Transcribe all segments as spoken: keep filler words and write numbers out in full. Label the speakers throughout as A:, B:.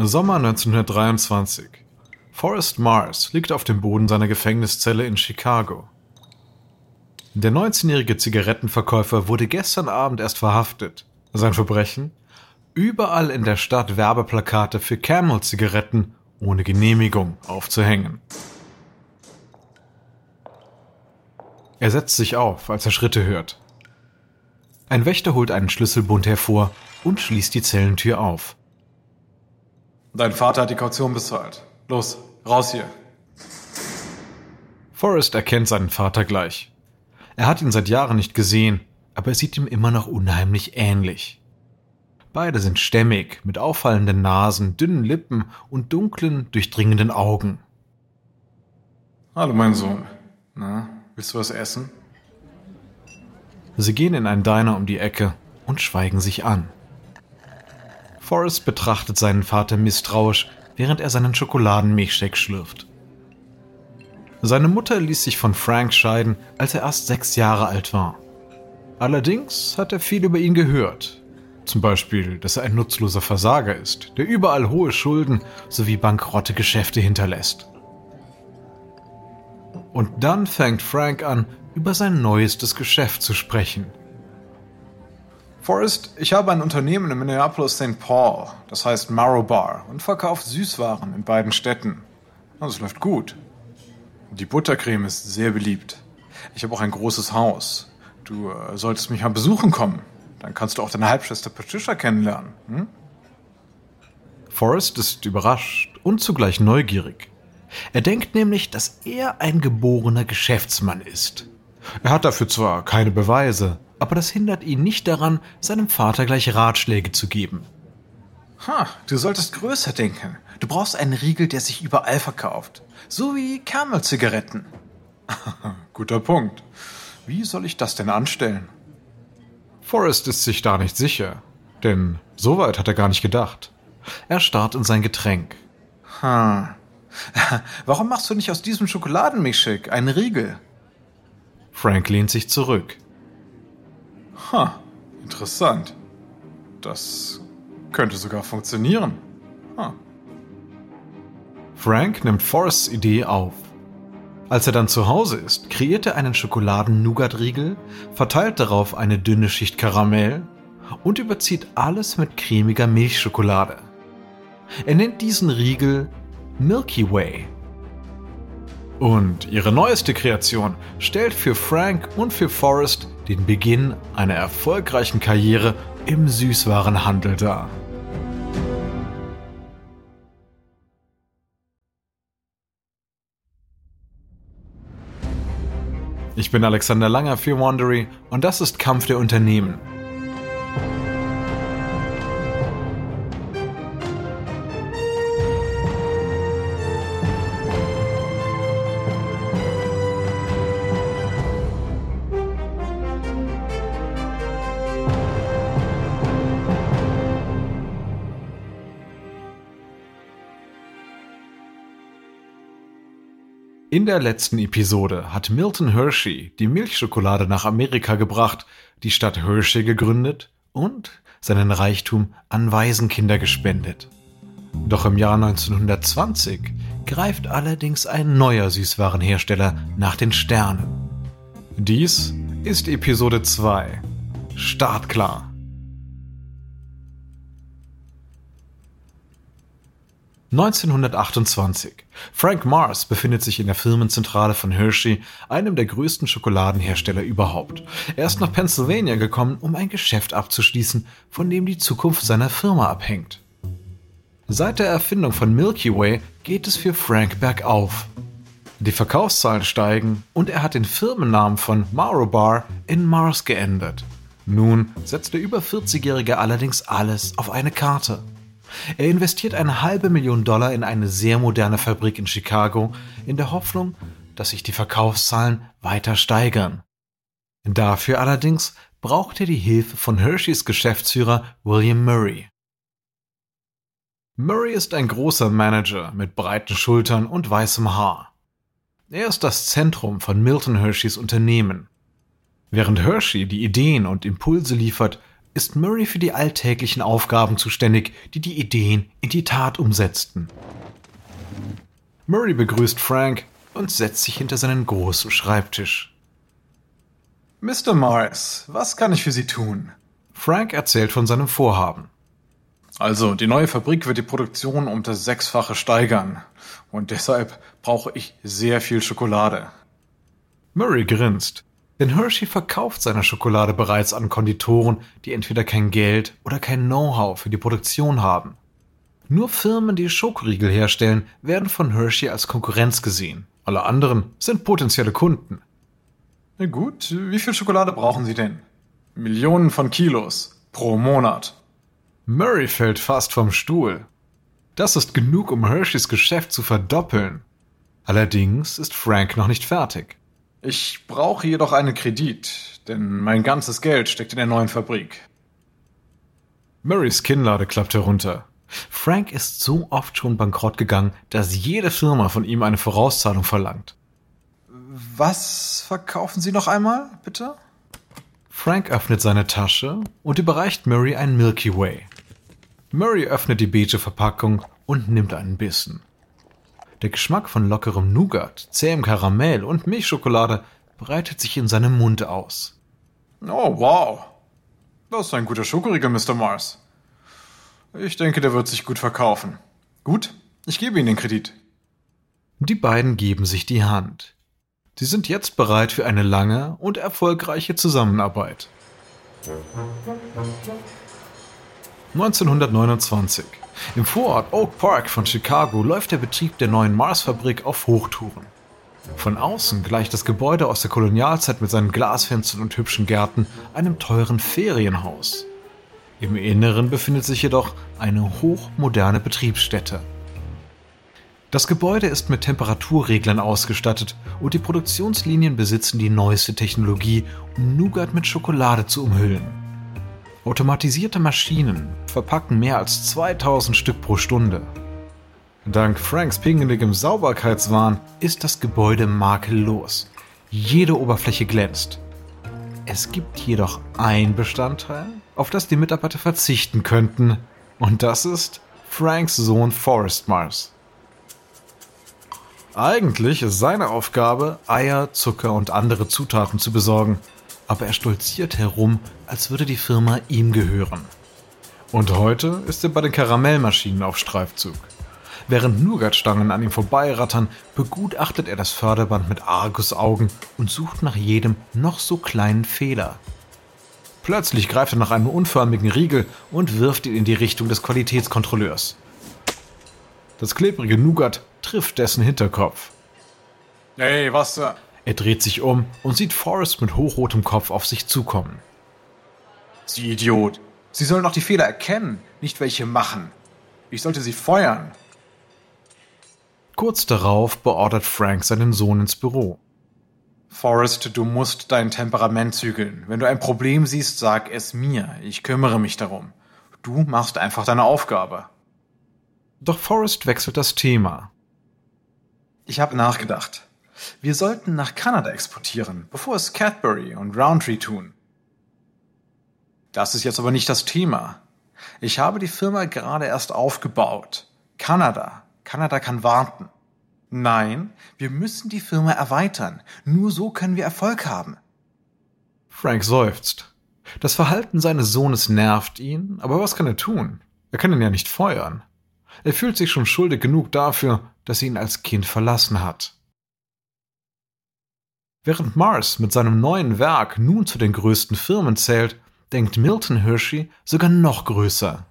A: Sommer neunzehnhundertdreiundzwanzig. Forrest Mars liegt auf dem Boden seiner Gefängniszelle in Chicago. Der neunzehnjährige Zigarettenverkäufer wurde gestern Abend erst verhaftet. Sein Verbrechen? Überall in der Stadt Werbeplakate für Camel-Zigaretten ohne Genehmigung aufzuhängen. Er setzt sich auf, als er Schritte hört. Ein Wächter holt einen Schlüsselbund hervor und schließt die Zellentür auf.
B: Dein Vater hat die Kaution bezahlt. Los, raus hier.
A: Forrest erkennt seinen Vater gleich. Er hat ihn seit Jahren nicht gesehen, aber er sieht ihm immer noch unheimlich ähnlich. Beide sind stämmig, mit auffallenden Nasen, dünnen Lippen und dunklen, durchdringenden Augen.
B: Hallo, mein Sohn. Na, willst du was essen?
A: Sie gehen in einen Diner um die Ecke und schweigen sich an. Forrest betrachtet seinen Vater misstrauisch, während er seinen Schokoladenmilchshake schlürft. Seine Mutter ließ sich von Frank scheiden, als er erst sechs Jahre alt war. Allerdings hat er viel über ihn gehört. Zum Beispiel, dass er ein nutzloser Versager ist, der überall hohe Schulden sowie bankrotte Geschäfte hinterlässt. Und dann fängt Frank an, über sein neuestes Geschäft zu sprechen.
B: Forrest, ich habe ein Unternehmen in Minneapolis Sankt Paul, das heißt Marrow Bar, und verkauft Süßwaren in beiden Städten. Das läuft gut. Die Buttercreme ist sehr beliebt. Ich habe auch ein großes Haus. Du äh, solltest mich mal besuchen kommen. Dann kannst du auch deine Halbschwester Patricia kennenlernen. Hm?
A: Forrest ist überrascht und zugleich neugierig. Er denkt nämlich, dass er ein geborener Geschäftsmann ist. Er hat dafür zwar keine Beweise, aber das hindert ihn nicht daran, seinem Vater gleich Ratschläge zu geben.
B: Ha, du solltest größer denken. Du brauchst einen Riegel, der sich überall verkauft. So wie Camel-Zigaretten. Guter Punkt. Wie soll ich das denn anstellen?
A: Forrest ist sich da nicht sicher, denn so weit hat er gar nicht gedacht. Er starrt in sein Getränk.
B: Hm. Warum machst du nicht aus diesem Schokoladenmilchshake einen Riegel?
A: Frank lehnt sich zurück.
B: Ha, interessant. Das könnte sogar funktionieren. Ha.
A: Frank nimmt Forrests Idee auf. Als er dann zu Hause ist, kreiert er einen Schokoladen-Nougat-Riegel, verteilt darauf eine dünne Schicht Karamell und überzieht alles mit cremiger Milchschokolade. Er nennt diesen Riegel Milky Way. Und ihre neueste Kreation stellt für Frank und für Forrest den Beginn einer erfolgreichen Karriere im Süßwarenhandel dar. Ich bin Alexander Langer für Wandery und das ist Kampf der Unternehmen. In der letzten Episode hat Milton Hershey die Milchschokolade nach Amerika gebracht, die Stadt Hershey gegründet und seinen Reichtum an Waisenkinder gespendet. Doch im Jahr neunzehnhundertzwanzig greift allerdings ein neuer Süßwarenhersteller nach den Sternen. Dies ist Episode zwei. Startklar. neunzehnhundertachtundzwanzig. Frank Mars befindet sich in der Firmenzentrale von Hershey, einem der größten Schokoladenhersteller überhaupt. Er ist nach Pennsylvania gekommen, um ein Geschäft abzuschließen, von dem die Zukunft seiner Firma abhängt. Seit der Erfindung von Milky Way geht es für Frank bergauf. Die Verkaufszahlen steigen und er hat den Firmennamen von Marrow Bar in Mars geändert. Nun setzt der über vierzigjährige allerdings alles auf eine Karte. Er investiert eine halbe Million Dollar in eine sehr moderne Fabrik in Chicago, in der Hoffnung, dass sich die Verkaufszahlen weiter steigern. Dafür allerdings braucht er die Hilfe von Hersheys Geschäftsführer William Murray. Murray ist ein großer Manager mit breiten Schultern und weißem Haar. Er ist das Zentrum von Milton Hersheys Unternehmen. Während Hershey die Ideen und Impulse liefert, ist Murray für die alltäglichen Aufgaben zuständig, die die Ideen in die Tat umsetzten. Murray begrüßt Frank und setzt sich hinter seinen großen Schreibtisch.
B: Mister Mars, was kann ich für Sie tun?
A: Frank erzählt von seinem Vorhaben.
B: Also, die neue Fabrik wird die Produktion um das Sechsfache steigern. Und deshalb brauche ich sehr viel Schokolade.
A: Murray grinst, denn Hershey verkauft seine Schokolade bereits an Konditoren, die entweder kein Geld oder kein Know-how für die Produktion haben. Nur Firmen, die Schokoriegel herstellen, werden von Hershey als Konkurrenz gesehen. Alle anderen sind potenzielle Kunden.
B: Na gut, wie viel Schokolade brauchen Sie denn? Millionen von Kilos pro Monat.
A: Murray fällt fast vom Stuhl. Das ist genug, um Hersheys Geschäft zu verdoppeln. Allerdings ist Frank noch nicht fertig.
B: Ich brauche jedoch einen Kredit, denn mein ganzes Geld steckt in der neuen Fabrik.
A: Murrays Kinnlade klappt herunter. Frank ist so oft schon bankrott gegangen, dass jede Firma von ihm eine Vorauszahlung verlangt.
B: Was verkaufen Sie noch einmal, bitte?
A: Frank öffnet seine Tasche und überreicht Murray ein Milky Way. Murray öffnet die beige Verpackung und nimmt einen Bissen. Der Geschmack von lockerem Nougat, zähem Karamell und Milchschokolade breitet sich in seinem Mund aus.
B: Oh, wow. Das ist ein guter Schokoriegel, Mister Mars. Ich denke, der wird sich gut verkaufen. Gut, ich gebe Ihnen den Kredit.
A: Die beiden geben sich die Hand. Sie sind jetzt bereit für eine lange und erfolgreiche Zusammenarbeit. neunzehnhundertneunundzwanzig. Im Vorort Oak Park von Chicago läuft der Betrieb der neuen Mars-Fabrik auf Hochtouren. Von außen gleicht das Gebäude aus der Kolonialzeit mit seinen Glasfenstern und hübschen Gärten einem teuren Ferienhaus. Im Inneren befindet sich jedoch eine hochmoderne Betriebsstätte. Das Gebäude ist mit Temperaturreglern ausgestattet und die Produktionslinien besitzen die neueste Technologie, um Nougat mit Schokolade zu umhüllen. Automatisierte Maschinen verpacken mehr als zweitausend Stück pro Stunde. Dank Franks pingeligem Sauberkeitswahn ist das Gebäude makellos. Jede Oberfläche glänzt. Es gibt jedoch ein Bestandteil, auf das die Mitarbeiter verzichten könnten, und das ist Franks Sohn Forrest Mars. Eigentlich ist seine Aufgabe, Eier, Zucker und andere Zutaten zu besorgen, aber er stolziert herum, als würde die Firma ihm gehören. Und heute ist er bei den Karamellmaschinen auf Streifzug. Während Nougatstangen an ihm vorbeirattern, begutachtet er das Förderband mit Argusaugen und sucht nach jedem noch so kleinen Fehler. Plötzlich greift er nach einem unförmigen Riegel und wirft ihn in die Richtung des Qualitätskontrolleurs. Das klebrige Nougat trifft dessen Hinterkopf.
B: Hey, was? Äh
A: Er dreht sich um und sieht Forrest mit hochrotem Kopf auf sich zukommen.
B: Sie Idiot. Sie sollen doch die Fehler erkennen, nicht welche machen. Ich sollte Sie feuern.
A: Kurz darauf beordert Frank seinen Sohn ins Büro.
B: Forrest, du musst dein Temperament zügeln. Wenn du ein Problem siehst, sag es mir. Ich kümmere mich darum. Du machst einfach deine Aufgabe.
A: Doch Forrest wechselt das Thema.
B: Ich habe nachgedacht. Wir sollten nach Kanada exportieren, bevor es Cadbury und Roundtree tun. Das ist jetzt aber nicht das Thema. Ich habe die Firma gerade erst aufgebaut. Kanada. Kanada kann warten. Nein, wir müssen die Firma erweitern. Nur so können wir Erfolg haben.
A: Frank seufzt. Das Verhalten seines Sohnes nervt ihn, aber was kann er tun? Er kann ihn ja nicht feuern. Er fühlt sich schon schuldig genug dafür, dass er ihn als Kind verlassen hat. Während Mars mit seinem neuen Werk nun zu den größten Firmen zählt, denkt Milton Hershey sogar noch größer.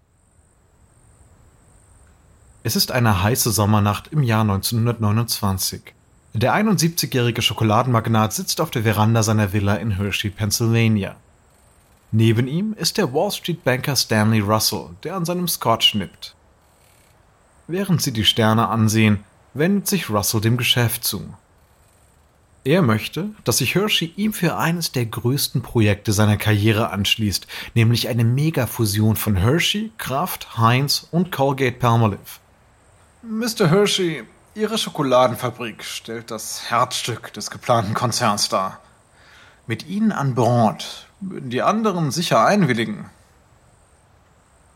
A: Es ist eine heiße Sommernacht im Jahr neunzehnhundertneunundzwanzig. Der einundsiebzigjährige Schokoladenmagnat sitzt auf der Veranda seiner Villa in Hershey, Pennsylvania. Neben ihm ist der Wall Street Banker Stanley Russell, der an seinem Scotch nippt. Während sie die Sterne ansehen, wendet sich Russell dem Geschäft zu. Er möchte, dass sich Hershey ihm für eines der größten Projekte seiner Karriere anschließt, nämlich eine Megafusion von Hershey, Kraft, Heinz und Colgate-Palmolive.
B: Mister Hershey, Ihre Schokoladenfabrik stellt das Herzstück des geplanten Konzerns dar. Mit Ihnen an Bord würden die anderen sicher einwilligen.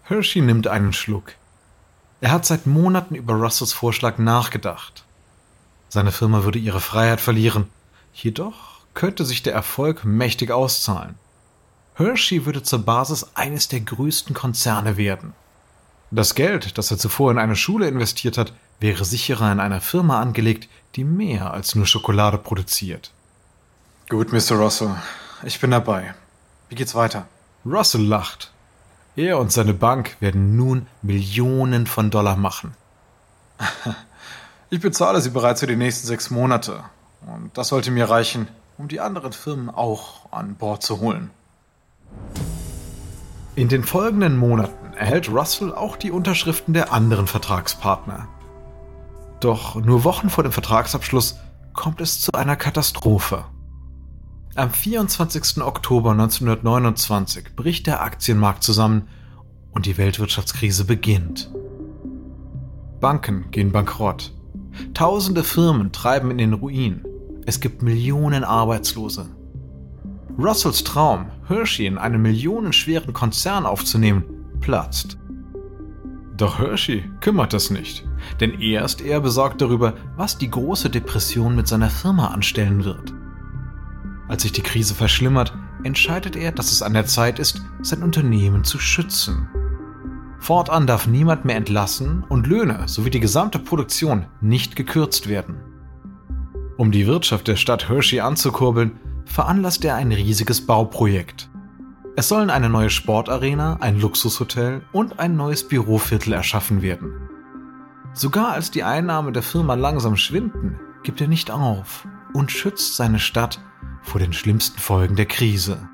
A: Hershey nimmt einen Schluck. Er hat seit Monaten über Russells Vorschlag nachgedacht. Seine Firma würde ihre Freiheit verlieren, jedoch könnte sich der Erfolg mächtig auszahlen. Hershey würde zur Basis eines der größten Konzerne werden. Das Geld, das er zuvor in eine Schule investiert hat, wäre sicherer in einer Firma angelegt, die mehr als nur Schokolade produziert.
B: Gut, Mister Russell, ich bin dabei. Wie geht's weiter?
A: Russell lacht. Er und seine Bank werden nun Millionen von Dollar machen.
B: Ich bezahle sie bereits für die nächsten sechs Monate. Und das sollte mir reichen, um die anderen Firmen auch an Bord zu holen.
A: In den folgenden Monaten erhält Russell auch die Unterschriften der anderen Vertragspartner. Doch nur Wochen vor dem Vertragsabschluss kommt es zu einer Katastrophe. Am vierundzwanzigsten Oktober neunzehnhundertneunundzwanzig bricht der Aktienmarkt zusammen und die Weltwirtschaftskrise beginnt. Banken gehen bankrott. Tausende Firmen treiben in den Ruin. Es gibt Millionen Arbeitslose. Russells Traum, Hershey in einen millionenschweren Konzern aufzunehmen, platzt. Doch Hershey kümmert es nicht, denn er ist eher besorgt darüber, was die große Depression mit seiner Firma anstellen wird. Als sich die Krise verschlimmert, entscheidet er, dass es an der Zeit ist, sein Unternehmen zu schützen. Fortan darf niemand mehr entlassen und Löhne sowie die gesamte Produktion nicht gekürzt werden. Um die Wirtschaft der Stadt Hershey anzukurbeln, veranlasst er ein riesiges Bauprojekt. Es sollen eine neue Sportarena, ein Luxushotel und ein neues Büroviertel erschaffen werden. Sogar als die Einnahmen der Firma langsam schwinden, gibt er nicht auf und schützt seine Stadt vor den schlimmsten Folgen der Krise.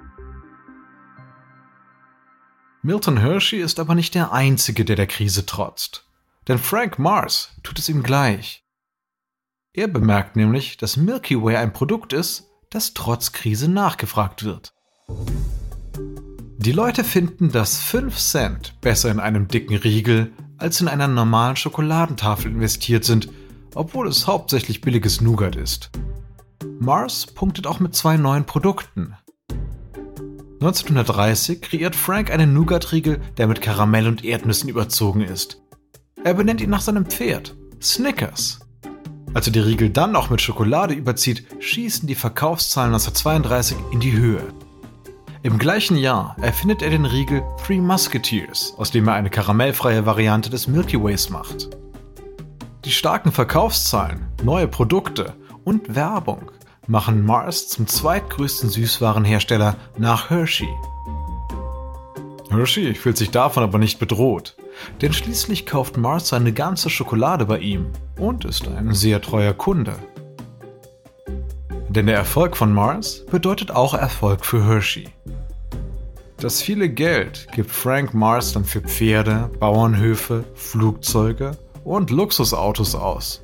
A: Milton Hershey ist aber nicht der Einzige, der der Krise trotzt. Denn Frank Mars tut es ihm gleich. Er bemerkt nämlich, dass Milky Way ein Produkt ist, das trotz Krise nachgefragt wird. Die Leute finden, dass fünf Cent besser in einem dicken Riegel als in einer normalen Schokoladentafel investiert sind, obwohl es hauptsächlich billiges Nougat ist. Mars punktet auch mit zwei neuen Produkten. neunzehnhundertdreißig kreiert Frank einen Nougat-Riegel, der mit Karamell und Erdnüssen überzogen ist. Er benennt ihn nach seinem Pferd, Snickers. Als er die Riegel dann noch mit Schokolade überzieht, schießen die Verkaufszahlen neunzehnhundertzweiunddreißig in die Höhe. Im gleichen Jahr erfindet er den Riegel Three Musketeers, aus dem er eine karamellfreie Variante des Milky Ways macht. Die starken Verkaufszahlen, neue Produkte und Werbung machen Mars zum zweitgrößten Süßwarenhersteller nach Hershey. Hershey fühlt sich davon aber nicht bedroht, denn schließlich kauft Mars seine ganze Schokolade bei ihm und ist ein sehr treuer Kunde. Denn der Erfolg von Mars bedeutet auch Erfolg für Hershey. Das viele Geld gibt Frank Mars dann für Pferde, Bauernhöfe, Flugzeuge und Luxusautos aus.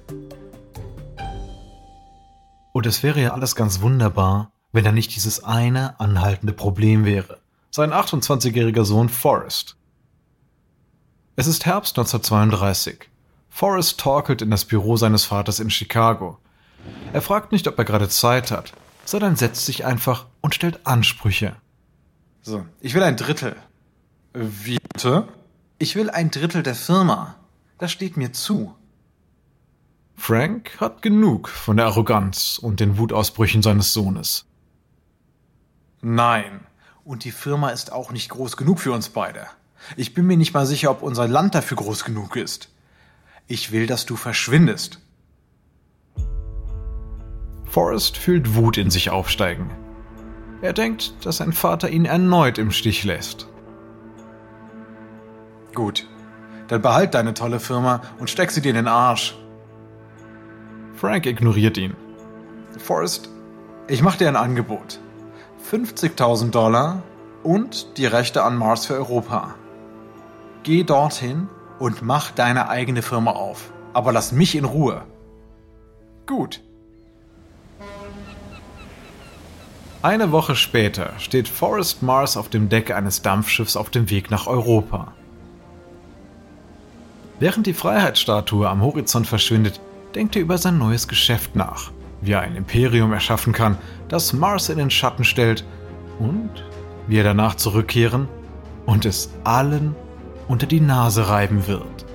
A: Und es wäre ja alles ganz wunderbar, wenn da nicht dieses eine anhaltende Problem wäre. Sein achtundzwanzigjähriger Sohn Forrest. Es ist Herbst neunzehnhundertzweiunddreißig. Forrest torkelt in das Büro seines Vaters in Chicago. Er fragt nicht, ob er gerade Zeit hat, sondern setzt sich einfach und stellt Ansprüche.
B: So, ich will ein Drittel. Wie bitte? Ich will ein Drittel der Firma. Das steht mir zu.
A: Frank hat genug von der Arroganz und den Wutausbrüchen seines Sohnes.
B: Nein. Und die Firma ist auch nicht groß genug für uns beide. Ich bin mir nicht mal sicher, ob unser Land dafür groß genug ist. Ich will, dass du verschwindest.
A: Forrest fühlt Wut in sich aufsteigen. Er denkt, dass sein Vater ihn erneut im Stich lässt.
B: Gut, dann behalt deine tolle Firma und steck sie dir in den Arsch.
A: Frank ignoriert ihn.
B: Forrest, ich mache dir ein Angebot. fünfzigtausend Dollar und die Rechte an Mars für Europa. Geh dorthin und mach deine eigene Firma auf. Aber lass mich in Ruhe. Gut.
A: Eine Woche später steht Forrest Mars auf dem Deck eines Dampfschiffs auf dem Weg nach Europa. Während die Freiheitsstatue am Horizont verschwindet, denkt er über sein neues Geschäft nach, wie er ein Imperium erschaffen kann, das Mars in den Schatten stellt und wie er danach zurückkehren und es allen unter die Nase reiben wird.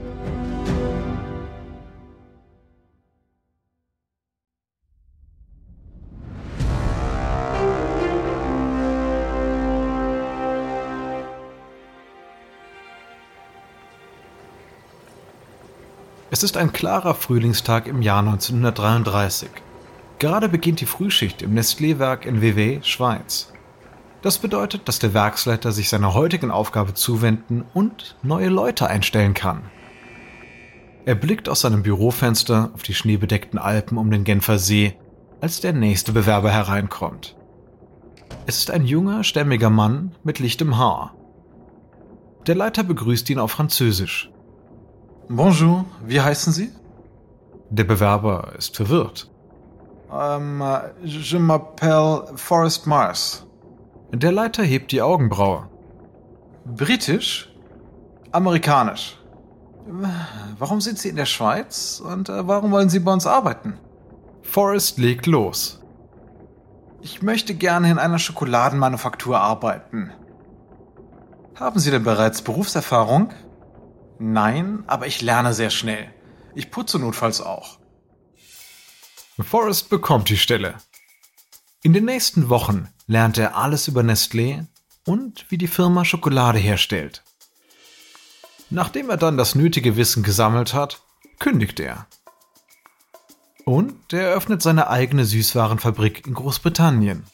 A: Es ist ein klarer Frühlingstag im Jahr neunzehnhundertdreiunddreißig. Gerade beginnt die Frühschicht im Nestlé-Werk in Vevey, Schweiz. Das bedeutet, dass der Werksleiter sich seiner heutigen Aufgabe zuwenden und neue Leute einstellen kann. Er blickt aus seinem Bürofenster auf die schneebedeckten Alpen um den Genfer See, als der nächste Bewerber hereinkommt. Es ist ein junger, stämmiger Mann mit lichtem Haar. Der Leiter begrüßt ihn auf Französisch.
B: Bonjour, wie heißen Sie?
A: Der Bewerber ist verwirrt.
B: Ähm, je m'appelle Forrest Mars.
A: Der Leiter hebt die Augenbraue.
B: Britisch? Amerikanisch. Warum sind Sie in der Schweiz und äh, warum wollen Sie bei uns arbeiten?
A: Forrest legt los.
B: Ich möchte gerne in einer Schokoladenmanufaktur arbeiten. Haben Sie denn bereits Berufserfahrung? Nein, aber ich lerne sehr schnell. Ich putze notfalls auch.
A: Forrest bekommt die Stelle. In den nächsten Wochen lernt er alles über Nestlé und wie die Firma Schokolade herstellt. Nachdem er dann das nötige Wissen gesammelt hat, kündigt er. Und er eröffnet seine eigene Süßwarenfabrik in Großbritannien.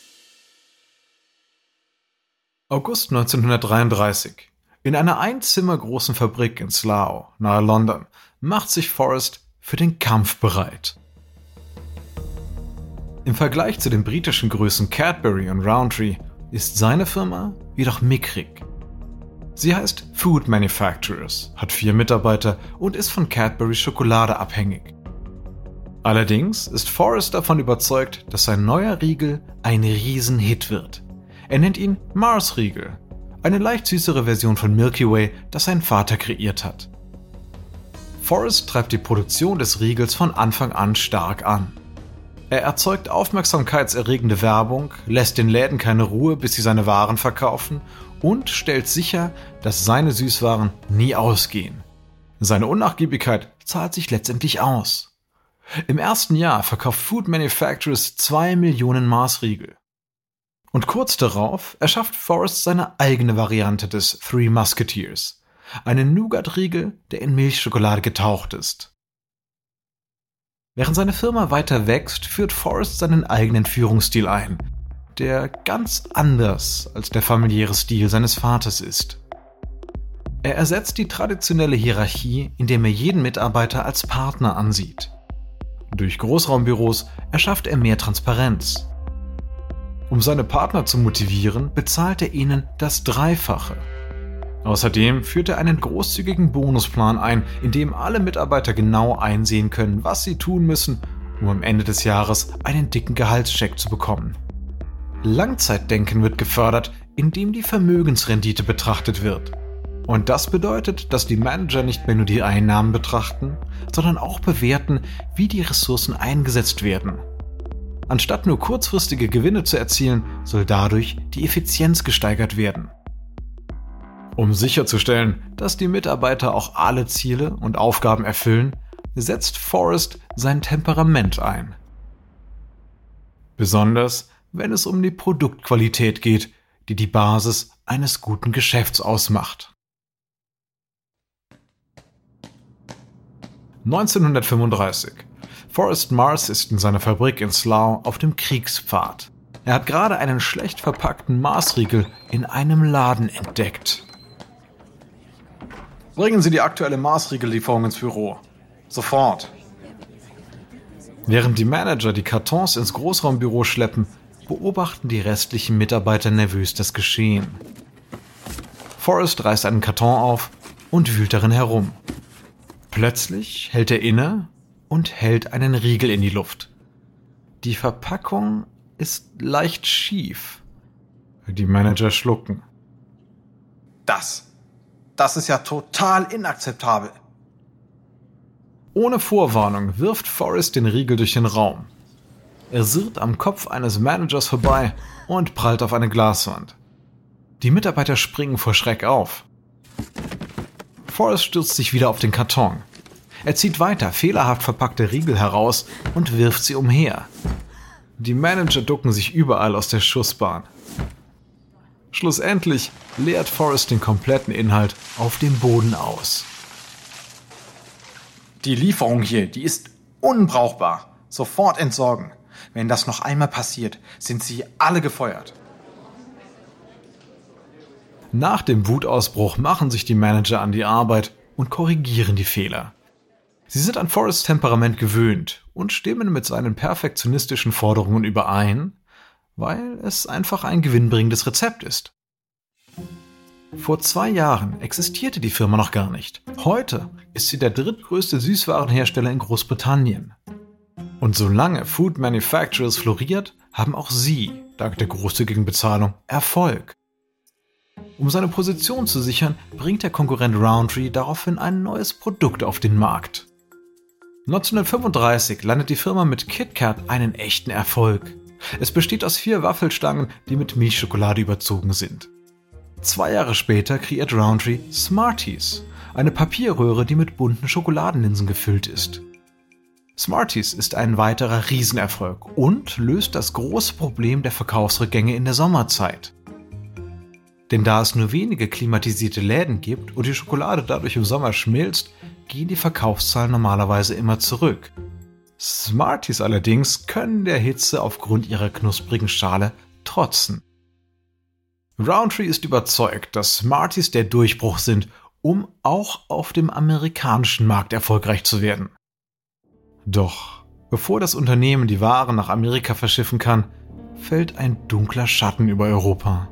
A: August neunzehnhundertdreiunddreißig. In einer einzimmergroßen Fabrik in Slough, nahe London, macht sich Forrest für den Kampf bereit. Im Vergleich zu den britischen Größen Cadbury und Rowntree ist seine Firma jedoch mickrig. Sie heißt Food Manufacturers, hat vier Mitarbeiter und ist von Cadbury Schokolade abhängig. Allerdings ist Forrest davon überzeugt, dass sein neuer Riegel ein Riesenhit wird. Er nennt ihn Mars-Riegel, eine leicht süßere Version von Milky Way, das sein Vater kreiert hat. Forrest treibt die Produktion des Riegels von Anfang an stark an. Er erzeugt aufmerksamkeitserregende Werbung, lässt den Läden keine Ruhe, bis sie seine Waren verkaufen und stellt sicher, dass seine Süßwaren nie ausgehen. Seine Unnachgiebigkeit zahlt sich letztendlich aus. Im ersten Jahr verkauft Food Manufacturers zwei Millionen Mars-Riegel. Und kurz darauf erschafft Forrest seine eigene Variante des Three Musketeers, einen Nougat-Riegel, der in Milchschokolade getaucht ist. Während seine Firma weiter wächst, führt Forrest seinen eigenen Führungsstil ein, der ganz anders als der familiäre Stil seines Vaters ist. Er ersetzt die traditionelle Hierarchie, indem er jeden Mitarbeiter als Partner ansieht. Durch Großraumbüros erschafft er mehr Transparenz. Um seine Partner zu motivieren, bezahlt er ihnen das Dreifache. Außerdem führt er einen großzügigen Bonusplan ein, in dem alle Mitarbeiter genau einsehen können, was sie tun müssen, um am Ende des Jahres einen dicken Gehaltscheck zu bekommen. Langzeitdenken wird gefördert, indem die Vermögensrendite betrachtet wird. Und das bedeutet, dass die Manager nicht mehr nur die Einnahmen betrachten, sondern auch bewerten, wie die Ressourcen eingesetzt werden. Anstatt nur kurzfristige Gewinne zu erzielen, soll dadurch die Effizienz gesteigert werden. Um sicherzustellen, dass die Mitarbeiter auch alle Ziele und Aufgaben erfüllen, setzt Forrest sein Temperament ein. Besonders, wenn es um die Produktqualität geht, die die Basis eines guten Geschäfts ausmacht. neunzehnhundertfünfunddreißig. Forrest Mars ist in seiner Fabrik in Slough auf dem Kriegspfad. Er hat gerade einen schlecht verpackten Mars-Riegel in einem Laden entdeckt.
B: Bringen Sie die aktuelle Mars-Riegellieferung ins Büro. Sofort.
A: Während die Manager die Kartons ins Großraumbüro schleppen, beobachten die restlichen Mitarbeiter nervös das Geschehen. Forrest reißt einen Karton auf und wühlt darin herum. Plötzlich hält er inne und hält einen Riegel in die Luft. Die Verpackung ist leicht schief. Die Manager schlucken.
B: Das, das ist ja total inakzeptabel.
A: Ohne Vorwarnung wirft Forrest den Riegel durch den Raum. Er sirrt am Kopf eines Managers vorbei und prallt auf eine Glaswand. Die Mitarbeiter springen vor Schreck auf. Forrest stürzt sich wieder auf den Karton. Er zieht weiter fehlerhaft verpackte Riegel heraus und wirft sie umher. Die Manager ducken sich überall aus der Schussbahn. Schlussendlich leert Forrest den kompletten Inhalt auf dem Boden aus.
B: Die Lieferung hier, die ist unbrauchbar. Sofort entsorgen. Wenn das noch einmal passiert, sind sie alle gefeuert.
A: Nach dem Wutausbruch machen sich die Manager an die Arbeit und korrigieren die Fehler. Sie sind an Forrests Temperament gewöhnt und stimmen mit seinen perfektionistischen Forderungen überein, weil es einfach ein gewinnbringendes Rezept ist. Vor zwei Jahren existierte die Firma noch gar nicht. Heute ist sie der drittgrößte Süßwarenhersteller in Großbritannien. Und solange Food Manufacturers floriert, haben auch sie, dank der großzügigen Bezahlung, Erfolg. Um seine Position zu sichern, bringt der Konkurrent Rowntree daraufhin ein neues Produkt auf den Markt. neunzehnhundertfünfunddreißig landet die Firma mit KitKat einen echten Erfolg. Es besteht aus vier Waffelstangen, die mit Milchschokolade überzogen sind. Zwei Jahre später kreiert Rowntree Smarties, eine Papierröhre, die mit bunten Schokoladenlinsen gefüllt ist. Smarties ist ein weiterer Riesenerfolg und löst das große Problem der Verkaufsrückgänge in der Sommerzeit. Denn da es nur wenige klimatisierte Läden gibt und die Schokolade dadurch im Sommer schmilzt, gehen die Verkaufszahlen normalerweise immer zurück. Smarties allerdings können der Hitze aufgrund ihrer knusprigen Schale trotzen. Rowntree ist überzeugt, dass Smarties der Durchbruch sind, um auch auf dem amerikanischen Markt erfolgreich zu werden. Doch bevor das Unternehmen die Waren nach Amerika verschiffen kann, fällt ein dunkler Schatten über Europa.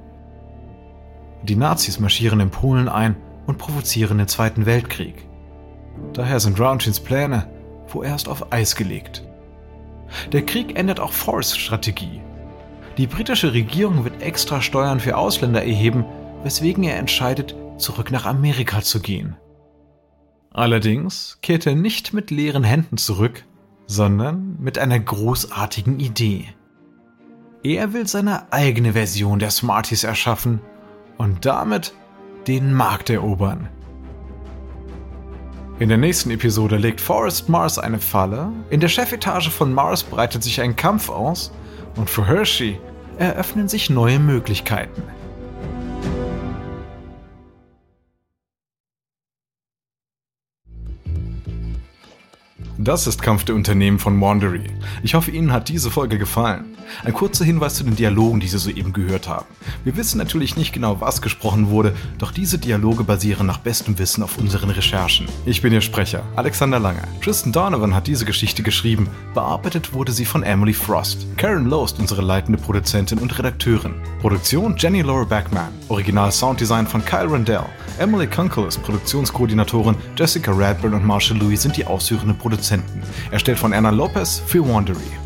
A: Die Nazis marschieren in Polen ein und provozieren den Zweiten Weltkrieg. Daher sind Rowntrees Pläne vorerst auf Eis gelegt. Der Krieg ändert auch Forrests Strategie. Die britische Regierung wird extra Steuern für Ausländer erheben, weswegen er entscheidet, zurück nach Amerika zu gehen. Allerdings kehrt er nicht mit leeren Händen zurück, sondern mit einer großartigen Idee. Er will seine eigene Version der Smarties erschaffen und damit den Markt erobern. In der nächsten Episode legt Forrest Mars eine Falle, in der Chefetage von Mars breitet sich ein Kampf aus und für Hershey eröffnen sich neue Möglichkeiten. Das ist Kampf der Unternehmen von Wandery. Ich hoffe, Ihnen hat diese Folge gefallen. Ein kurzer Hinweis zu den Dialogen, die Sie soeben gehört haben. Wir wissen natürlich nicht genau, was gesprochen wurde, doch diese Dialoge basieren nach bestem Wissen auf unseren Recherchen. Ich bin Ihr Sprecher, Alexander Lange. Tristan Donovan hat diese Geschichte geschrieben, bearbeitet wurde sie von Emily Frost. Karen Lowe ist unsere leitende Produzentin und Redakteurin. Produktion Jenny Laura Backman. Original Sounddesign von Kyle Rendell. Emily Kunkel ist Produktionskoordinatorin, Jessica Radburn und Marshall Louis sind die ausführenden Produzenten. Erstellt von Anna Lopez für Wandery.